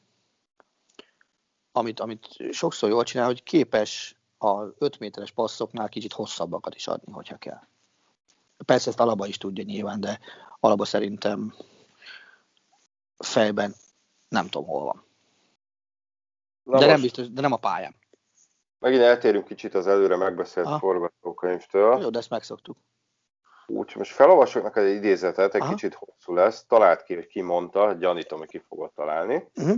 amit, amit sokszor jól csinál, hogy képes a öt méteres passzoknál kicsit hosszabbakat is adni, hogyha kell. Persze ezt Alaba is tudja nyilván, de Alaba szerintem fejben nem tudom hol van. De most, nem biztos, de nem a pályán. Megint eltérünk kicsit az előre megbeszélt Aha. forgatókönyvtől. Jó, de ezt megszoktuk. Úgy, most felolvasok neked egy idézetet, egy Aha. kicsit hosszú lesz. Találd ki, hogy ki mondta, gyanítom, hogy ki fogod találni. Uh-huh.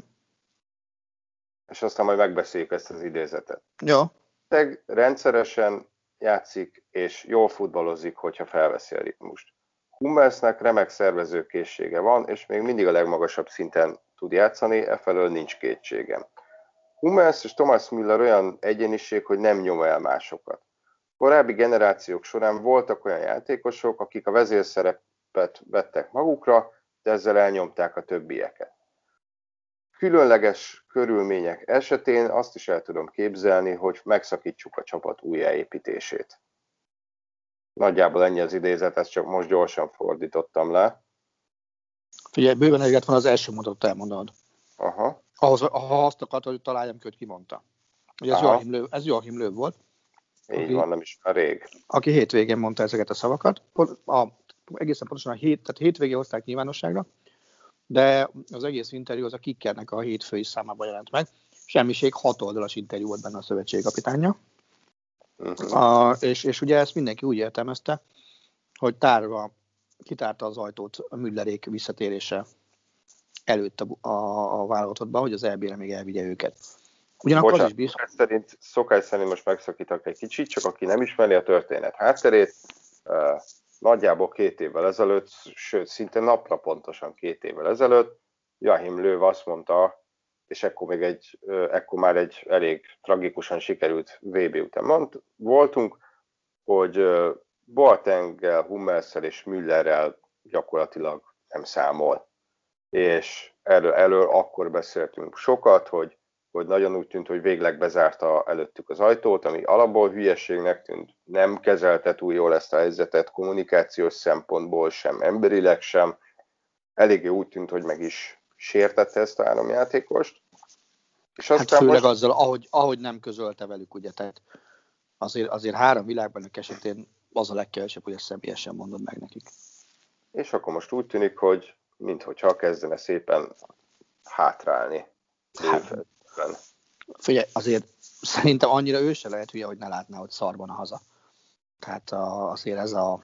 És aztán majd megbeszéljük ezt az idézetet. Jó. Teg rendszeresen játszik, és jól futballozik, hogyha felveszi a ritmust. Hummelsnek remek szervezőkészsége van, és még mindig a legmagasabb szinten tud játszani, efelől nincs kétségem. Hummels és Thomas Müller olyan egyéniség, hogy nem nyom el másokat. Korábbi generációk során voltak olyan játékosok, akik a vezérszerepet vettek magukra, de ezzel elnyomták a többieket. Különleges körülmények esetén azt is el tudom képzelni, hogy megszakítsuk a csapat újjáépítését. Nagyjából ennyi az idézet, ezt csak most gyorsan fordítottam le. Figyelj, bőven egyet van az első mondatot elmondanod. Aha. Ahhoz, ha azt akartad, hogy találjam ki, hogy ki mondta. Ugye ez Joachim Löw, ez Joachim Löw volt. Így aki, van, nem is már rég. Aki hétvégén mondta ezeket a szavakat. A, egészen pontosan a hét, tehát hétvégén hozták nyilvánosságra, de az egész interjú az a Kickernek a hétfői számában jelent meg. Semmiség, hat oldalas interjú volt benne a szövetségkapitánya. Uh-huh. A, és, és ugye ezt mindenki úgy értelmezte, hogy tárva, kitárta az ajtót a Müllerék visszatérése előtt a, a, a válogatottban, hogy az é bé-re még elvigye őket. Ugyanakkor Bocsánat, az is biztos. Szokás szerint, szokás szerint most megszakítak egy kicsit, csak aki nem ismeri a történet hátterét, uh, nagyjából két évvel ezelőtt, sőt, szinte napra pontosan két évvel ezelőtt, Joachim Löw azt mondta, és ekkor, még egy, uh, ekkor már egy elég tragikusan sikerült vé bé után mond, voltunk, hogy uh, Boatenggel, Hummelssel és Müllerrel gyakorlatilag nem számol. És erről, erről akkor beszéltünk sokat, hogy hogy nagyon úgy tűnt, hogy végleg bezárta előttük az ajtót, ami alapból hülyeségnek tűnt, nem kezelte túl jól ezt a helyzetet, kommunikációs szempontból sem, emberileg sem. Eléggé úgy tűnt, hogy meg is sértette ezt a három játékost. És hát aztán főleg most... azzal, ahogy, ahogy nem közölte velük, ugye, tehát azért, azért három világbajnok esetén az a legkevesebb, hogy ezt személyesen mondod meg nekik. És akkor most úgy tűnik, hogy minthogyha kezdene szépen hátrálni. Hát, figyelj, azért szerintem annyira ő se lehet hülye, hogy ne látná, hogy szarban a haza. Tehát a, azért ez a,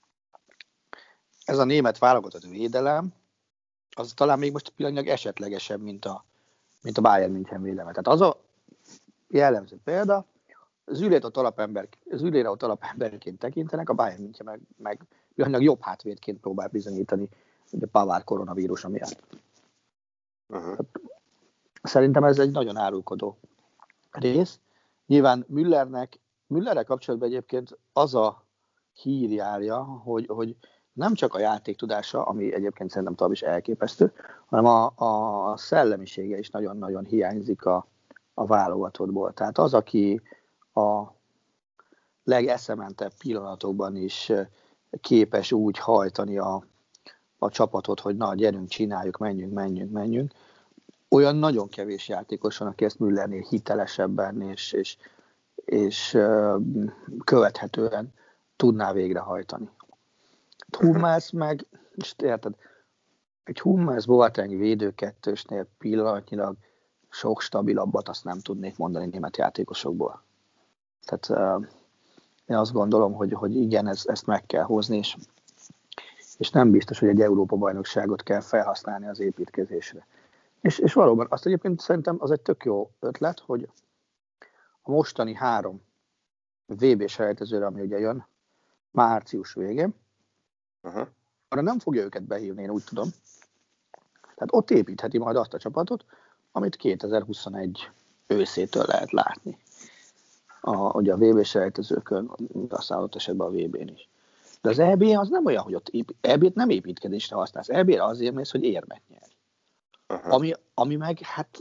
ez a német válogatott védelem, az talán még most pillanatnyilag esetlegesebb, mint a, mint a Bayern München védelme. Tehát az a jellemző példa, Züllét ott alapember, Züllére ott alapemberként tekintenek, a Bayern München meg, meg pillanatnyilag jobb hátvédként próbál bizonyítani a Pavard koronavírusa miatt. Uh-huh. Szerintem ez egy nagyon árulkodó rész. Nyilván Müllernek, Müllerrel kapcsolatban egyébként az a hír járja, hogy, hogy nem csak a játéktudása, ami egyébként szerintem tovább is elképesztő, hanem a, a szellemisége is nagyon-nagyon hiányzik a, a válogatottból. Tehát az, aki a legeszementebb pillanatokban is képes úgy hajtani a, a csapatot, hogy na, gyerünk, csináljuk, menjünk, menjünk, menjünk. Olyan nagyon kevés játékos van, aki ezt Müllernél hitelesebben és, és, és követhetően tudná végrehajtani. Hummels meg, és érted, egy Hummels Boateng védőkettősnél pillanatnyilag sok stabilabbat azt nem tudnék mondani német játékosokból. Tehát uh, én azt gondolom, hogy, hogy igen, ez, ezt meg kell hozni, és, és nem biztos, hogy egy Európa-bajnokságot kell felhasználni az építkezésre. És, és valóban azt egyébként szerintem az egy tök jó ötlet, hogy a mostani három vé bé selejtezőre, ami ugye jön március végén, uh-huh. arra nem fogja őket behívni, én úgy tudom. Tehát ott építheti majd azt a csapatot, amit kétezer-huszonegy őszétől lehet látni. A, ugye a vé bé selejtezőkön, aztán ott esetben a vé bén is. De az é bé az nem olyan, hogy ott é bét nem építkezésre használsz. é bére azért mész, hogy érmet nyerj. Uh-huh. Ami, ami meg, hát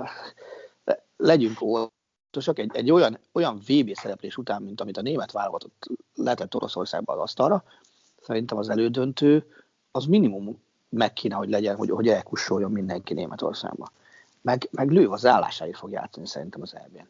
legyünk óvatosak, egy, egy olyan, olyan vé bé szereplés után, mint amit a német válogatott letett Oroszországban az asztalra, szerintem az elődöntő az minimum meg kéne, hogy legyen, hogy, hogy elkussoljon mindenki Németországba. Meg, meg lő az állásáért fog játszani szerintem az é bén.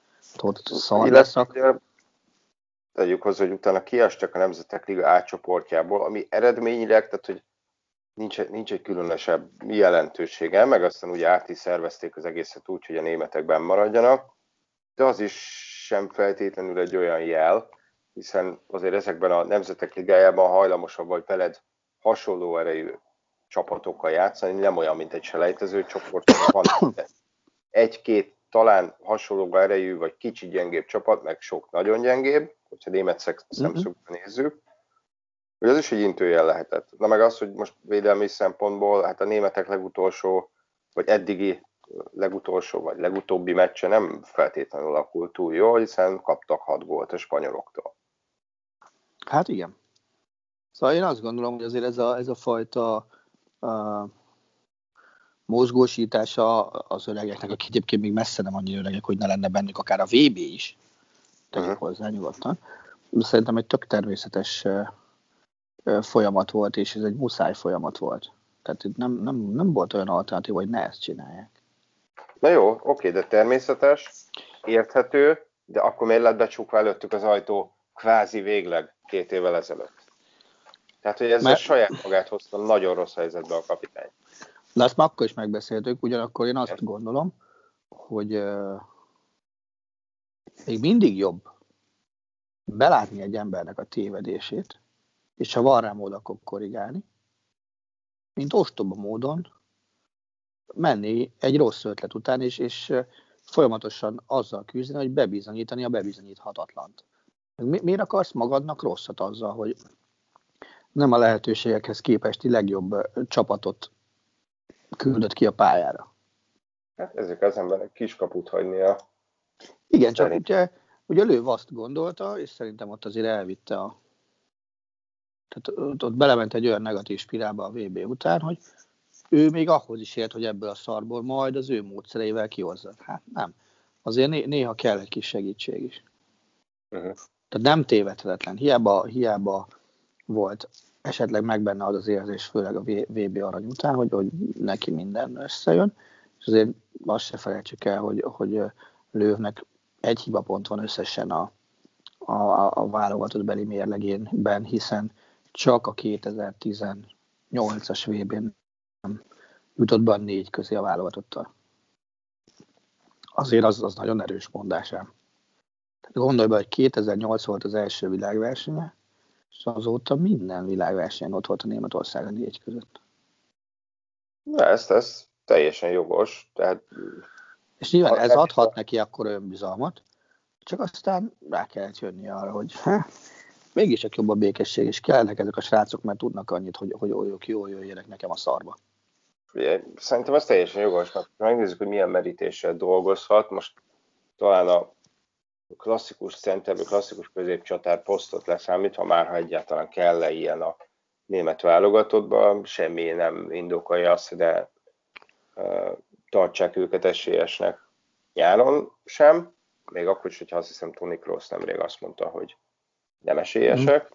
Illetve, tegyük hozzá, hogy utána kiestek a Nemzetek Liga A csoportjából, ami eredményileg, tehát hogy nincs, nincs egy különösebb jelentősége, meg aztán ugye át is szervezték az egészet úgy, hogy a németek benn maradjanak, de az is sem feltétlenül egy olyan jel, hiszen azért ezekben a Nemzetek Ligájában hajlamosabb vagy veled hasonló erejű csapatokkal játszani, nem olyan, mint egy selejtező csoport, van egy-két talán hasonló erejű, vagy kicsi gyengébb csapat, meg sok nagyon gyengébb, hogyha német szemszögből nézzük, hogy az is egy intőjel lehetett. Na meg az, hogy most védelmi szempontból, hát a németek legutolsó, vagy eddigi legutolsó, vagy legutóbbi meccse nem feltétlenül alakult túl jól, hiszen kaptak hat gólt a spanyoloktól. Hát igen. Szóval én azt gondolom, hogy azért ez a, ez a fajta uh, mozgósítása az öregeknek, akik egyébként még messze nem annyira öregek, hogy ne lenne bennük akár a vé bé is, tegyük uh-huh. hozzá nyugodtan. Szerintem egy tök természetes uh, uh, folyamat volt, és ez egy muszáj folyamat volt. Tehát itt nem, nem, nem volt olyan alternatív, hogy ne ezt csinálják. Na jó, oké, de természetes, érthető, de akkor miért lett becsukva előttük az ajtó kvázi végleg két évvel ezelőtt? Tehát, hogy ezzel Mert... saját magát hozta nagyon rossz helyzetbe a kapitány. De azt már akkor is megbeszéltük, ugyanakkor én azt gondolom, hogy uh, még mindig jobb belátni egy embernek a tévedését, és ha van rá mód, akkor korrigálni, mint ostoba módon menni egy rossz ötlet után, és, és uh, folyamatosan azzal küzdeni, hogy bebizonyítani a bebizonyíthatatlant. Mi, miért akarsz magadnak rosszat azzal, hogy nem a lehetőségekhez képesti legjobb uh, csapatot küldött ki a pályára? Hát ezek az emberek kiskaput hagynia. Igen, csak ugye, ugye Löw azt gondolta, és szerintem ott azért elvitte a... Tehát ott, ott belement egy olyan negatív spirálba a vé bé után, hogy ő még ahhoz is ért, hogy ebből a szarból majd az ő módszereivel kihozza. Hát nem. Azért né- néha kell egy kis segítség is. Uh-huh. Tehát nem tévedhetetlen. Hiába, hiába volt esetleg meg benne az az érzés, főleg a vé bé arany után, hogy, hogy neki minden összejön, és azért azt se felejtsük el, hogy, hogy Löwnek egy hibapont van összesen a, a, a válogatott beli mérlegében, hiszen csak a kétezer-tizennyolcas vé bén jutott be a négy közé a válogatottal. azért az, az nagyon erős mondásám. Gondolj be, hogy kétezer-nyolc volt az első világversenye, és azóta minden világversenyen ott volt a Németország a négy között. Na, ez, ez teljesen jogos. Tehát, és nyilván ez adhat a... neki akkor önbizalmat, csak aztán rá kellett jönni arra, hogy ha, mégiscsak jobb a békesség, és kellenek ezek a srácok, mert tudnak annyit, hogy, hogy olyok jól jöjjenek nekem a szarba. Ugye, szerintem ez teljesen jogos, mert megnézzük, hogy milyen merítéssel dolgozhat. Most talán a klasszikus center, vagy klasszikus középcsatár posztot leszámítva, már ha egyáltalán kell-e ilyen a német válogatottban, semmi nem indokolja azt, de uh, tartsák őket esélyesnek nyáron sem. Még akkor is, hogyha azt hiszem Toni Kroos nemrég azt mondta, hogy nem esélyesek.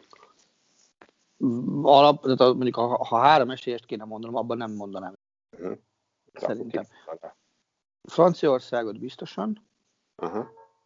Alap, mondjuk ha, ha három esélyest kéne mondanom, abban nem mondanám. Uh-huh. Szerintem. Franciaországot biztosan. Uh-huh.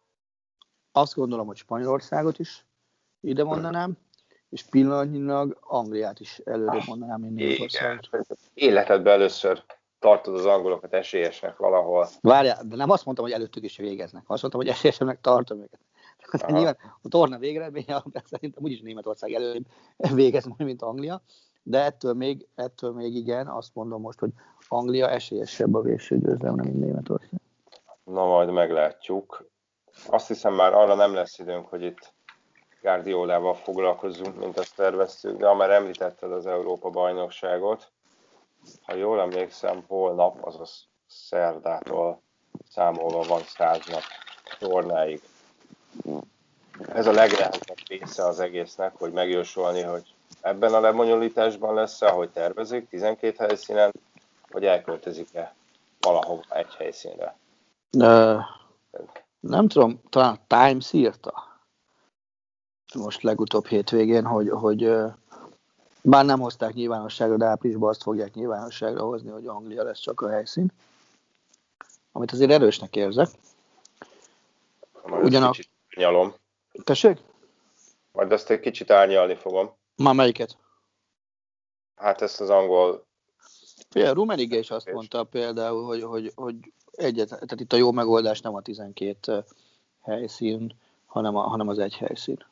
Azt gondolom, hogy Spanyolországot is ide mondanám, és pillanatnyilag Angliát is előre mondanám, mint Németországot. Életedben először tartod az angolokat esélyesnek valahol. Várjál, de nem azt mondtam, hogy előttük is végeznek. Azt mondtam, hogy esélyesemnek tartom őket. Nyilván a torna végeredménye, szerintem úgyis Németország előbb végez majd, mint Anglia, de ettől még, ettől még igen, azt mondom most, hogy Anglia esélyesebb a végső győzelemre, mint Németország. Na majd meglátjuk. Azt hiszem már arra nem lesz időnk, hogy itt Guardiolával foglalkozzunk, mint azt terveztük, de már említetted az Európa-bajnokságot. Ha jól emlékszem, holnap, azaz szerdától számolva van száz nap tornáig. Ez a legnehezebb része az egésznek, hogy megjósolni, hogy ebben a lebonyolításban lesz-e, ahogy tervezik, tizenkét helyszínen, vagy elköltözik-e valahova egy helyszínre. Uh, nem tudom, talán a Times írta most legutóbb hétvégén, hogy, hogy uh, bár nem hozták nyilvánosságra, de áprilisban azt fogják nyilvánosságra hozni, hogy Anglia lesz csak a helyszín. Amit azért erősnek érzek. Ugyanak... Kicsit árnyalom. Tessék? Majd ezt egy kicsit árnyalni fogom. Már melyiket? Hát ezt az angol... Például Rummenigge is azt mondta például, hogy, hogy, hogy egyet, tehát itt a jó megoldás nem a tizenkét helyszín, hanem, a, hanem az egy helyszín.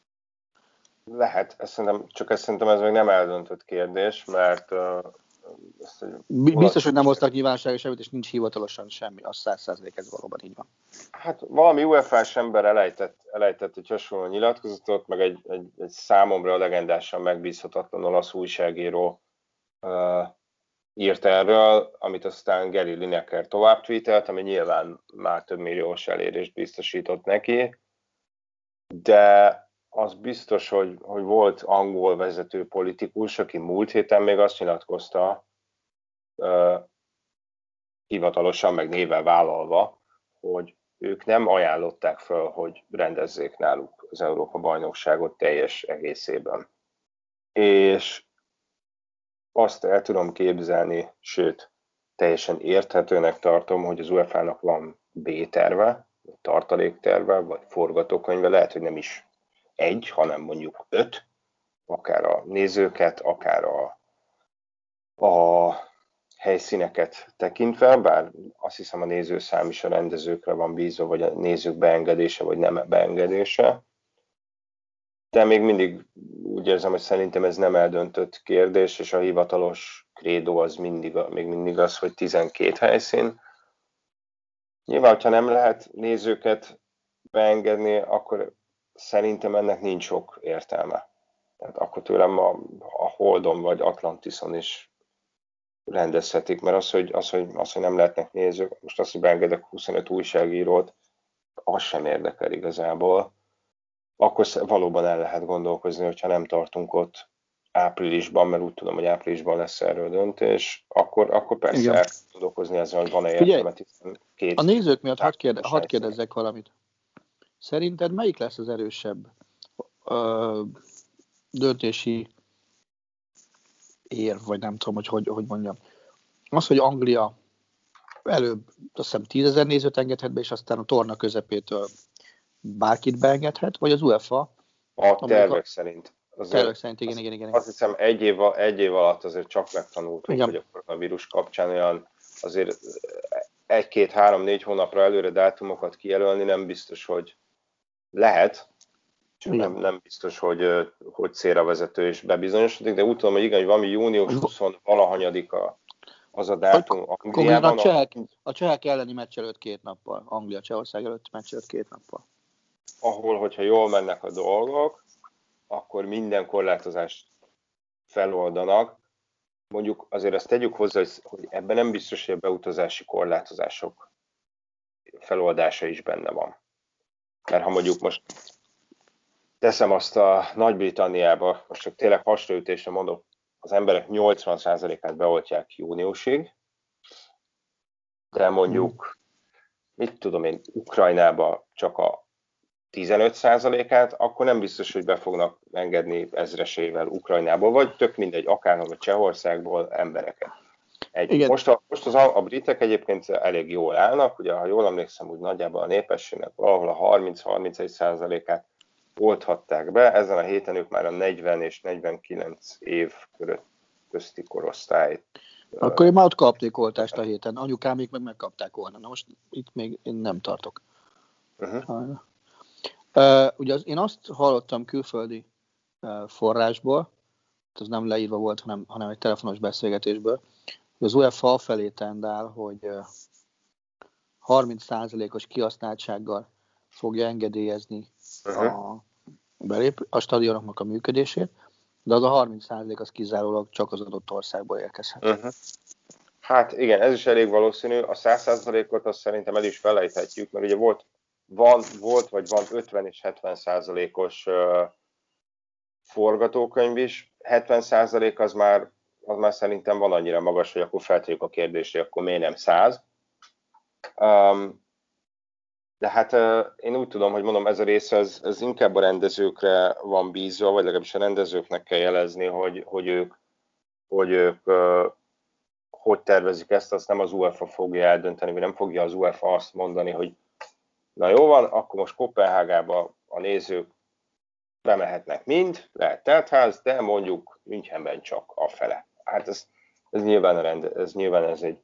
Lehet, ezt szerintem, csak ezt szerintem ez még nem eldöntött kérdés, mert... Uh, ezt, hogy biztos, hogy nem hoztak nyilvánosságra semmit, és nincs hivatalosan semmi, az száz százalék ez valóban így van. Hát valami u ef á-s ember elejtett, elejtett egy hasonló nyilatkozatot, meg egy, egy, egy számomra legendásan megbízhatatlan olasz újságíró uh, írt erről, amit aztán Gary Lineker tovább tweetelt, ami nyilván már több milliós elérést biztosított neki, de az biztos, hogy, hogy volt angol vezető politikus, aki múlt héten még azt nyilatkozta, uh, hivatalosan, meg névvel vállalva, hogy ők nem ajánlották fel, hogy rendezzék náluk az Európa-bajnokságot teljes egészében. És azt el tudom képzelni, sőt, teljesen érthetőnek tartom, hogy az u ef á-nak van B-terve, tartalékterve, vagy forgatókönyve, lehet, hogy nem is egy, hanem mondjuk öt, akár a nézőket, akár a, a helyszíneket tekintve, bár azt hiszem a nézőszám is a rendezőkre van bízva, vagy a nézők beengedése, vagy nem beengedése. De még mindig úgy érzem, hogy szerintem ez nem eldöntött kérdés, és a hivatalos krédó az mindig, még mindig az, hogy tizenkét helyszín. Nyilván, hogyha nem lehet nézőket beengedni, akkor szerintem ennek nincs sok értelme. Tehát akkor tőlem a, a Holdon vagy Atlantison is rendezhetik, mert az hogy, az, hogy, az, hogy nem lehetnek nézők, most azt, hogy beengedek huszonöt újságírót, az sem érdekel igazából. Akkor valóban el lehet gondolkozni, hogyha nem tartunk ott áprilisban, mert úgy tudom, hogy áprilisban lesz erről döntés, akkor, akkor persze igen, el kell gondolkozni ezzel, hogy van-e értelme. A nézők miatt hadd kérde, had kérdezzek valamit. Szerinted melyik lesz az erősebb ö, döntési érv, vagy nem tudom, hogy, hogy hogy mondjam. Az, hogy Anglia előbb azt hiszem tízezer nézőt engedhet be, és aztán a torna közepétől bárkit beengedhet, vagy az u ef á? A tervek szerint. Azért, tervek szerint, igen, igen, igen. Azt hiszem egy év, egy év alatt azért csak megtanultunk, igen, hogy a koronavírus kapcsán olyan azért egy-két-három-négy hónapra előre dátumokat kijelölni nem biztos, hogy lehet, csak nem, nem biztos, hogy, hogy célra vezető és bebizonyosodik, de úgy tudom, hogy igen, hogy valami június huszonvalahanyadik-a az a dátum Angliában. A csehek, a csehek elleni meccs előtt két nappal, Anglia-Csehország előtt meccs előtt két nappal. Ahol, hogyha jól mennek a dolgok, akkor minden korlátozást feloldanak. Mondjuk azért azt tegyük hozzá, hogy ebben nem biztos, hogy a beutazási korlátozások feloldása is benne van. Mert ha mondjuk most teszem azt a Nagy-Britanniába, most csak tényleg hasraütésre mondok, az emberek nyolcvan százalékát beoltják júniusig, de mondjuk, mit tudom én, Ukrajnába csak a tizenöt százalékát, akkor nem biztos, hogy be fognak engedni ezresével Ukrajnából, vagy tök mindegy, akárhol, vagy Csehországból embereket. Egy, most a, most az, a britek egyébként elég jól állnak, ugye ha jól emlékszem, úgy nagyjából a népességnek valahol a harminc-harmincegy százalékát olthatták be, ezen a héten ők már a negyven és negyvenkilenc év közti korosztályt. Akkor én már ott kapték oltást a héten, anyukámék meg megkapták volna, na most itt még én nem tartok. Uh-huh. Uh, ugye az, én azt hallottam külföldi uh, forrásból, az nem leírva volt, hanem, hanem egy telefonos beszélgetésből, hogy az UEFA felé tendál, hogy uh, harminc százalékos kihasználtsággal fogja engedélyezni uh-huh. a, belép, a stadionoknak a működését, de az a harminc százalék az kizárólag csak az adott országból érkezhet. Uh-huh. Hát igen, ez is elég valószínű. A száz százalékot azt szerintem el is felejthetjük, mert ugye volt Van, volt vagy van ötven és hetven százalékos uh, forgatókönyv is. hetven százalék az már, az már szerintem van annyira magas, hogy akkor feltegyük a kérdést, hogy akkor miért nem száz. Um, de hát uh, én úgy tudom, hogy mondom, ez a rész, ez, ez inkább a rendezőkre van bízva, vagy legalábbis a rendezőknek kell jelezni, hogy, hogy ők, hogy, ők uh, hogy tervezik ezt, azt nem az UEFA fogja eldönteni, vagy nem fogja az UEFA azt mondani, hogy na jó van, akkor most Koppenhágába a nézők bemehetnek mind, lehet teltház, de mondjuk Münchenben csak a fele. Hát ez, ez, nyilván, a rende, ez nyilván ez egy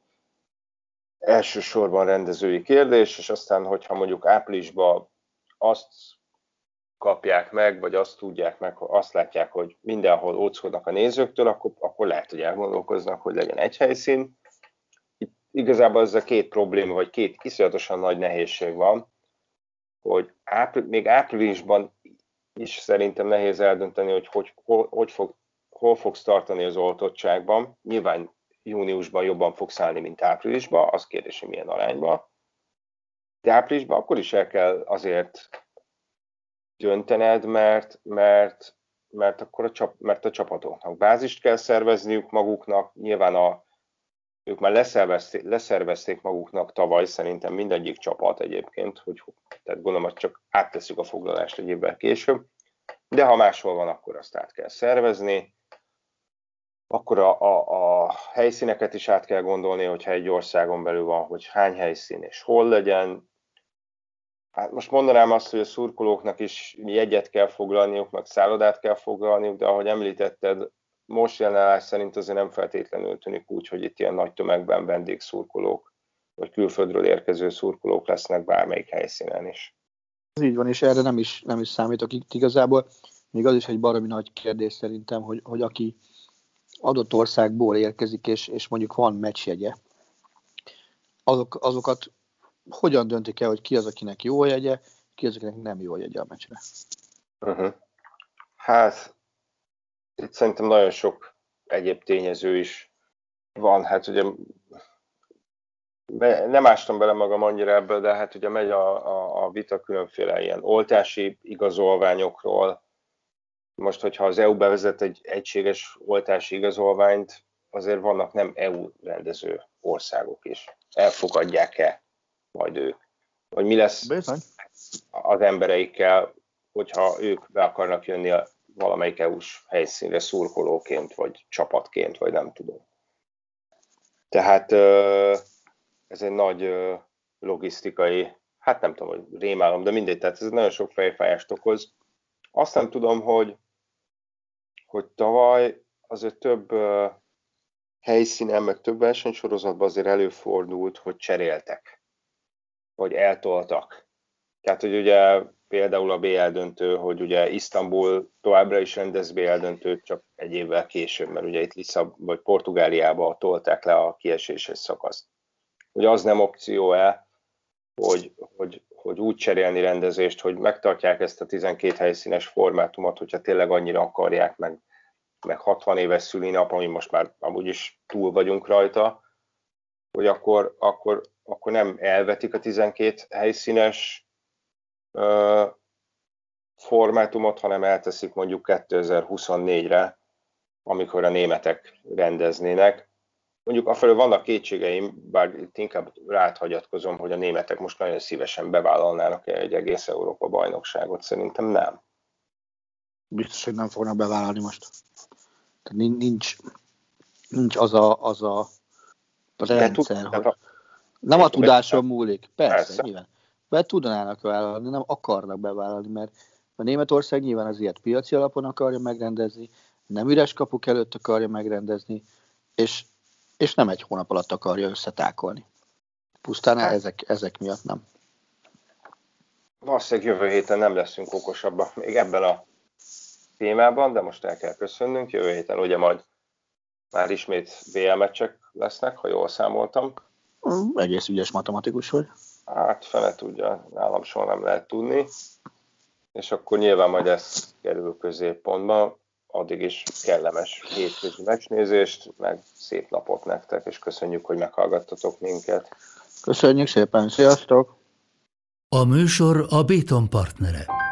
elsősorban rendezői kérdés, és aztán, hogyha mondjuk áprilisban azt kapják meg, vagy azt tudják meg, azt látják, hogy mindenhol óckodnak a nézőktől, akkor, akkor lehet, hogy elgondolkoznak, hogy legyen egy helyszín. Itt igazából ez a két probléma, vagy két iszonyatosan nagy nehézség van, hogy ápr- még áprilisban is szerintem nehéz eldönteni, hogy, hogy, hol, hogy fog, hol fogsz tartani az oltottságban. Nyilván júniusban jobban fogsz állni, mint áprilisban, az kérdés, hogy milyen arányban. De áprilisban akkor is el kell azért döntened, mert, mert, mert akkor a, csap, mert a csapatoknak bázist kell szervezniük maguknak, nyilván a ők már leszervezték, leszervezték maguknak tavaly, szerintem mindegyik csapat egyébként, hogy, tehát gondolom, hogy csak átteszük a foglalást egy évvel később, de ha máshol van, akkor azt át kell szervezni, akkor a, a, a helyszíneket is át kell gondolni, hogyha egy országon belül van, hogy hány helyszín és hol legyen. Hát most mondanám azt, hogy a szurkolóknak is jegyet kell foglalniuk, meg szállodát kell foglalniuk, de ahogy említetted, most jelenállás szerint azért nem feltétlenül tűnik úgy, hogy itt ilyen nagy tömegben vendégszurkolók, vagy külföldről érkező szurkolók lesznek bármelyik helyszínen is. Ez így van, és erre nem is, nem is számítok itt igazából. Még az is egy baromi nagy kérdés szerintem, hogy, hogy aki adott országból érkezik, és, és mondjuk van meccsjegye, azok, azokat hogyan döntik el, hogy ki az, akinek jó a jegye, ki az, akinek nem jó a jegye a meccsre? Uh-huh. Hát, itt szerintem nagyon sok egyéb tényező is van. Hát ugye nem ástam bele magam annyira ebből, de hát ugye megy a, a, a vita különféle ilyen oltási igazolványokról. Most, hogyha az é u bevezet egy egységes oltási igazolványt, azért vannak nem é u rendező országok is. Elfogadják-e majd ők? Vagy mi lesz Bizony. az embereikkel, hogyha ők be akarnak jönni a valamelyik é u-s helyszínre szurkolóként, vagy csapatként, vagy nem tudom. Tehát ez egy nagy logisztikai, hát nem tudom, hogy rémálom, de mindegy, tehát ez nagyon sok fejfájást okoz. Azt nem tudom, hogy, hogy tavaly azért több helyszínen, meg több versenysorozatban azért előfordult, hogy cseréltek, vagy eltoltak. Tehát, hogy ugye például a bé el döntő, hogy ugye Isztambul továbbra is rendez bé el döntőt, csak egy évvel később, mert ugye itt Lisszab, vagy Portugáliába tolták le a kieséses szakaszt. Hogy az nem opció-e, hogy, hogy, hogy úgy cserélni rendezést, hogy megtartják ezt a tizenkét helyszínes formátumot, hogyha tényleg annyira akarják, meg, meg hatvan éves szülinap, ami most már amúgy is túl vagyunk rajta, hogy akkor, akkor, akkor nem elvetik a tizenkét helyszínes uh, formátumot, hanem elteszik mondjuk kétezer-huszonnégyre, amikor a németek rendeznének. Mondjuk afelől vannak kétségeim, bár itt inkább rád hagyatkozom, hogy a németek most nagyon szívesen bevállalnának egy egész Európa bajnokságot. Szerintem nem. Biztos, hogy nem fognak bevállalni most. Tehát nincs, nincs az a, az a rendszer, tud, hogy... Nem a tudáson múlik. Persze, persze. Nyilván. Be tudnának vállalni, nem akarnak bevállalni, mert a Németország nyilván az ilyet piaci alapon akarja megrendezni, nem üres kapuk előtt akarja megrendezni, és, és nem egy hónap alatt akarja összetákolni. Pusztán hát, ezek, ezek miatt nem. Valószínűleg jövő héten nem leszünk okosabbak még ebben a témában, de most el kell köszönnünk. Jövő héten ugye majd már ismét bé el meccsek lesznek, ha jól számoltam. Egész ügyes matematikus vagy. Hát fele tudja, nálam soha nem lehet tudni. És akkor nyilván majd ez kerül középpontba. Addig is kellemes hétközi meccsnézést, meg szép napot nektek, és köszönjük, hogy meghallgattatok minket. Köszönjük szépen, sziasztok! A műsor a Béton partnere.